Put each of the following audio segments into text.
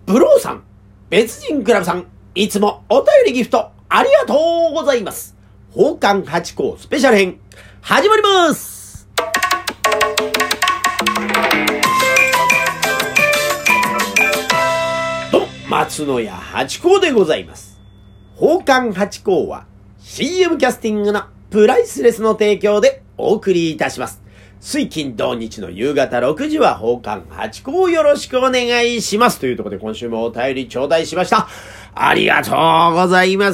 ブローさん、別人クラブさん、いつもお便りギフトありがとうございます。宝冠八甲スペシャル編、始まります。どうも、松野屋八甲でございます。宝冠八甲は CM キャスティングのプライスレスの提供でお送りいたします。水金土日の夕方6時は宝冠八甲をよろしくお願いします。というところで今週もお便り頂戴しました。ありがとうございます。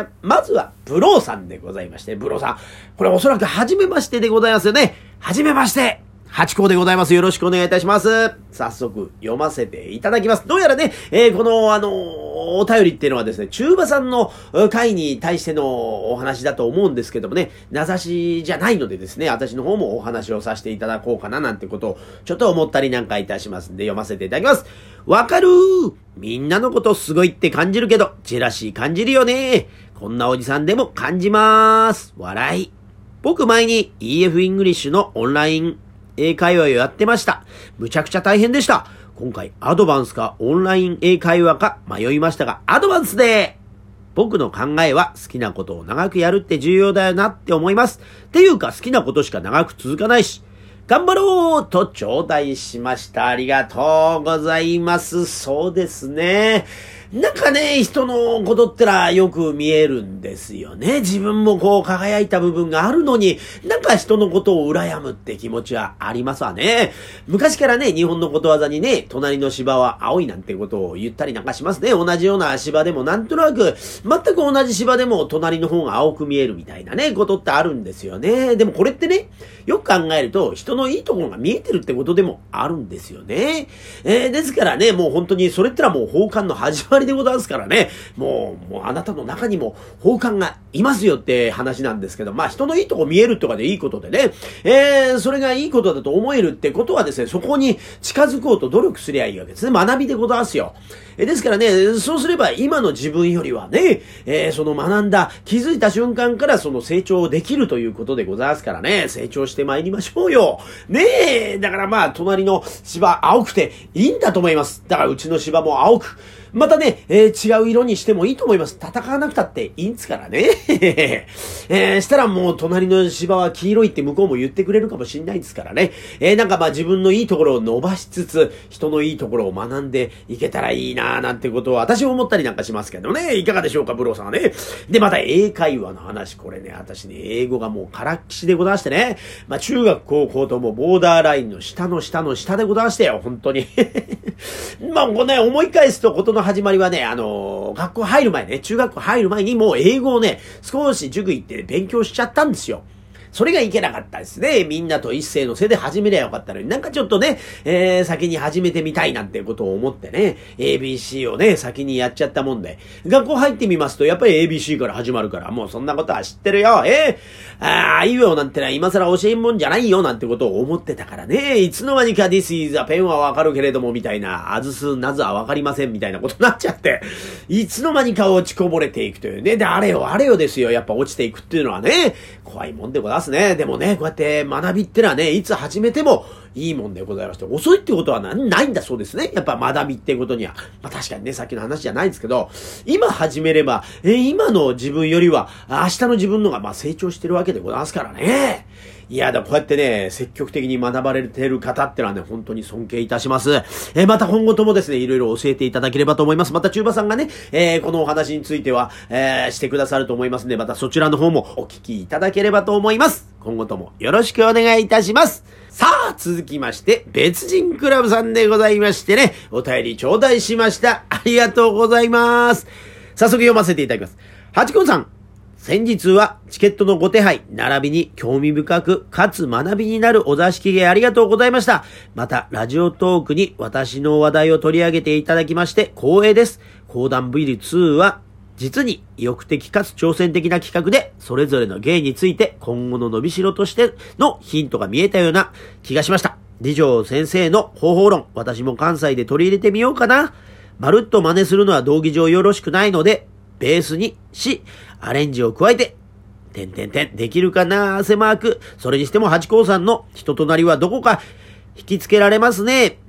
まずはブローさんでございまして、ブローさん、これおそらく初めましてでございますよね。初めまして。八甲でございます。よろしくお願いいたします。早速読ませていただきます。どうやらね、このお便りっていうのはですね、中馬さんの回に対してのお話だと思うんですけどもね、名指しじゃないのでですね、私の方もお話をさせていただこうかななんてことをちょっと思ったりなんかいたしますんで読ませていただきます。わかるー。みんなのことすごいって感じるけど、ジェラシー感じるよね。こんなおじさんでも感じまーす。笑い。僕前に EF イングリッシュのオンライン英会話をやってました。むちゃくちゃ大変でした。今回アドバンスかオンライン英会話か迷いましたが、アドバンスで僕の考えは好きなことを長くやるって重要だよなって思います。っていうか好きなことしか長く続かないし、頑張ろうと頂戴しました。ありがとうございます。そうですね。なんかね、人のことってのはよく見えるんですよね。自分もこう輝いた部分があるのに、なんか人のことを羨むって気持ちはありますわね。昔からね、日本のことわざにね、隣の芝は青いなんてことを言ったりなんかしますね。同じような芝でもなんとなく、全く同じ芝でも隣の方が青く見えるみたいなね、ことってあるんですよね。でもこれってね、よく考えると人のいいところが見えてるってことでもあるんですよね。ですからね、もう本当にそれってのはもう宝冠の始まりでございますからね。もうあなたの中にも宝冠がいますよって話なんですけど、まあ人のいいとこ見えるとかでいいことでね、それがいいことだと思えるってことはですね、そこに近づこうと努力すりゃいいわけですね。学びでございますよ。ですからね、そうすれば今の自分よりはね、その学んだ、気づいた瞬間からその成長できるということでございますからね、成長してまいりましょうよ。ねえ、だからまあ隣の芝青くていいんだと思います。だからうちの芝も青く、またね、違う色にしてもいいと思います。戦わなくたっていいんですからね。したらもう隣の芝は黄色いって向こうも言ってくれるかもしれないですからね。なんかまあ自分のいいところを伸ばしつつ、人のいいところを学んでいけたらいいなぁなんてことを私は思ったりなんかしますけどね。いかがでしょうか、ブローさんはね。で、また英会話の話、これね、私ね、英語がもうからっきしでございましてね。まあ中学高校ともボーダーラインの下の下の下でございましてよ、本当に。まあこれね、思い返すとことの始まりはね、学校入る前ね、中学校入る前にもう英語をね、少し塾行って勉強しちゃったんですよ。それがいけなかったですね。みんなと一斉のせいで始めりゃよかったのに、なんかちょっとね、先に始めてみたいなんてことを思ってね、ABC をね、先にやっちゃったもんで、学校入ってみますと、やっぱり ABC から始まるから、もうそんなことは知ってるよ。あいうよなんてのは今更教えんもんじゃないよなんてことを思ってたからね、いつの間にか This is a pen はわかるけれどもみたいな、あずすなずはわかりませんみたいなことになっちゃって、いつの間にか落ちこぼれていくというね、で、あれよですよ、やっぱ落ちていくっていうのはね、怖いもんでございますね。でもね、こうやって学びってのはね、いつ始めてもいいもんでございまして、遅いってことはないんだそうですね。やっぱ学びってことには。まあ確かにね、さっきの話じゃないんですけど、今始めれば、今の自分よりは、明日の自分のがまあ成長してるわけでございますからね。いや、だこうやってね、積極的に学ばれてる方ってのはね、本当に尊敬いたします。また今後ともですね、いろいろ教えていただければと思います。また中馬さんがね、このお話については、してくださると思いますので、またそちらの方もお聞きいただければと思います。今後ともよろしくお願いいたします。さあ、続きまして、別人クラブさんでございましてね、お便り頂戴しました。ありがとうございます。早速読ませていただきます。はちこんさん。先日はチケットのご手配、並びに興味深く、かつ学びになるお座敷芸ありがとうございました。また、ラジオトークに私の話題を取り上げていただきまして光栄です。講談 V2 は、実に意欲的かつ挑戦的な企画で、それぞれの芸について今後の伸びしろとしてのヒントが見えたような気がしました。理城先生の方法論、私も関西で取り入れてみようかな。まるっと真似するのは道義上よろしくないので、ベースにし、アレンジを加えて、できるかな汗マーク。それにしても八甲さんの人となりはどこか引きつけられますね。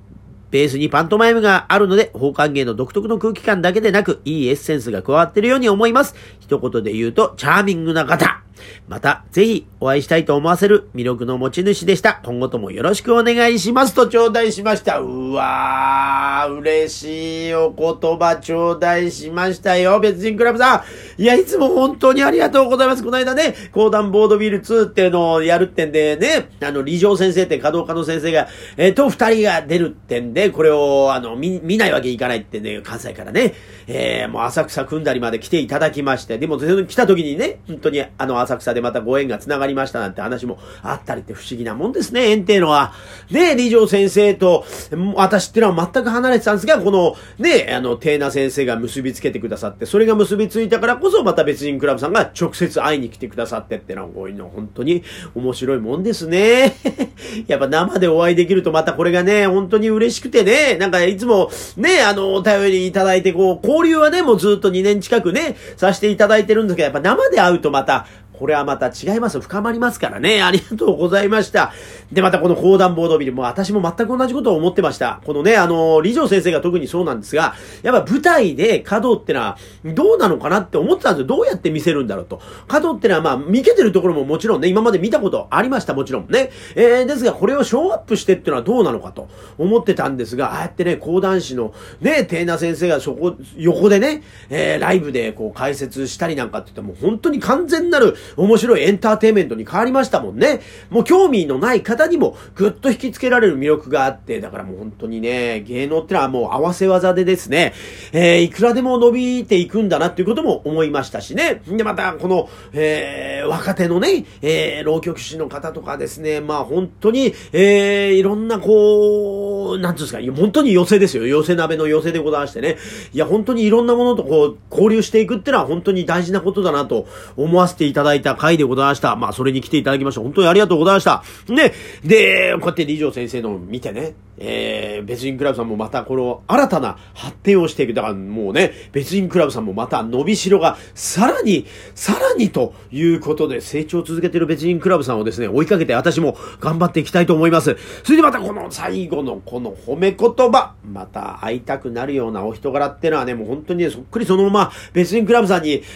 ベースにパントマイムがあるので、放還芸の独特の空気感だけでなく、いいエッセンスが加わっているように思います。一言で言うと、チャーミングな方。また、ぜひお会いしたいと思わせる魅力の持ち主でした。今後ともよろしくお願いしますと頂戴しました。うわー、嬉しいお言葉頂戴しましたよ、別人クラブさん。いや、いつも本当にありがとうございます。この間ね、講談ボードビル2っていうのをやるってんでね、李城先生って華道家の先生が、と二人が出るってんで、これを、見ないわけいかないってね、関西からね、もう浅草組んだりまで来ていただきまして、でも、来た時にね、本当に浅草でまたご縁が繋がりましたなんて話もあったりって不思議なもんですね、縁っていうのは。ね、李城先生と、私ってのは全く離れてたんですが、この、ね、テーナ先生が結びつけてくださって、それが結びついたからこそ、また別人クラブさんが直接会いに来てくださってってのは、こういうの本当に面白いもんですね。やっぱ生でお会いできるとまたこれがね、本当に嬉しくてね、なんかいつもね、お便りいただいて、こう、交流はね、もうずっと2年近くね、させていただいてるんですけど、やっぱ生で会うとまた、これはまた違います。深まりますからね。ありがとうございました。で、またこの講談ボードビルも私も全く同じことを思ってました。このね、李城先生が特にそうなんですが、やっぱ舞台で華道ってのはどうなのかなって思ってたんですよ。どうやって見せるんだろうと。華道ってのはまあ見けてるところももちろんね、今まで見たことありました。もちろんね。ですが、これをショーアップしてってのはどうなのかと思ってたんですが、ああやってね、講談師のね、テーナ先生が横でね、ライブでこう解説したりなんかって言っても本当に完全なる面白いエンターテインメントに変わりましたもんね。もう興味のない方にもぐっと引きつけられる魅力があって、だからもう本当にね、芸能ってのはもう合わせ技でですね、いくらでも伸びていくんだなっていうことも思いましたしね。で、またこの、若手のね、浪曲師の方とかですね、まあ本当に、いろんなこう、なんていうんですか、本当に寄せですよ。寄せ鍋の寄せでございましてね。いや、本当にいろんなものとこう、交流していくってのは本当に大事なことだなと思わせていただいた回でございました。まあ、それに来ていただきました。本当にありがとうございました。ね。で、こうやって李城先生のを見てね、別人クラブさんもまたこの新たな発展をしていく。だからもうね、別人クラブさんもまた伸びしろがさらにということで成長を続けている別人クラブさんをですね、追いかけて私も頑張っていきたいと思います。それでまたこの最後のこの褒め言葉、また会いたくなるようなお人柄ってのはね、もう本当にね、そっくりそのまま別人クラブさんに、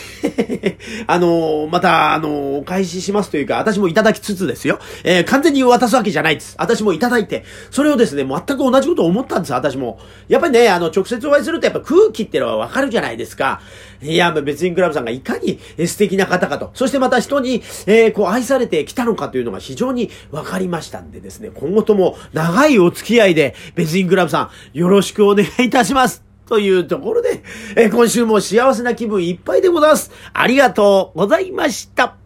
また、お返ししますというか、私もいただきつつですよ。完全に渡すわけじゃないです。私もいただいて、それをですね、全く同じことを思ったんです、私も。やっぱりね、直接お会いするとやっぱ空気ってのはわかるじゃないですか。いや、別人クラブさんがいかに素敵な方かと、そしてまた人に、こう愛されてきたのかというのが非常にわかりましたんでですね、今後とも長いお付き合いで、別人クラブさん、よろしくお願いいたします。というところで、今週も幸せな気分いっぱいでございます。ありがとうございました。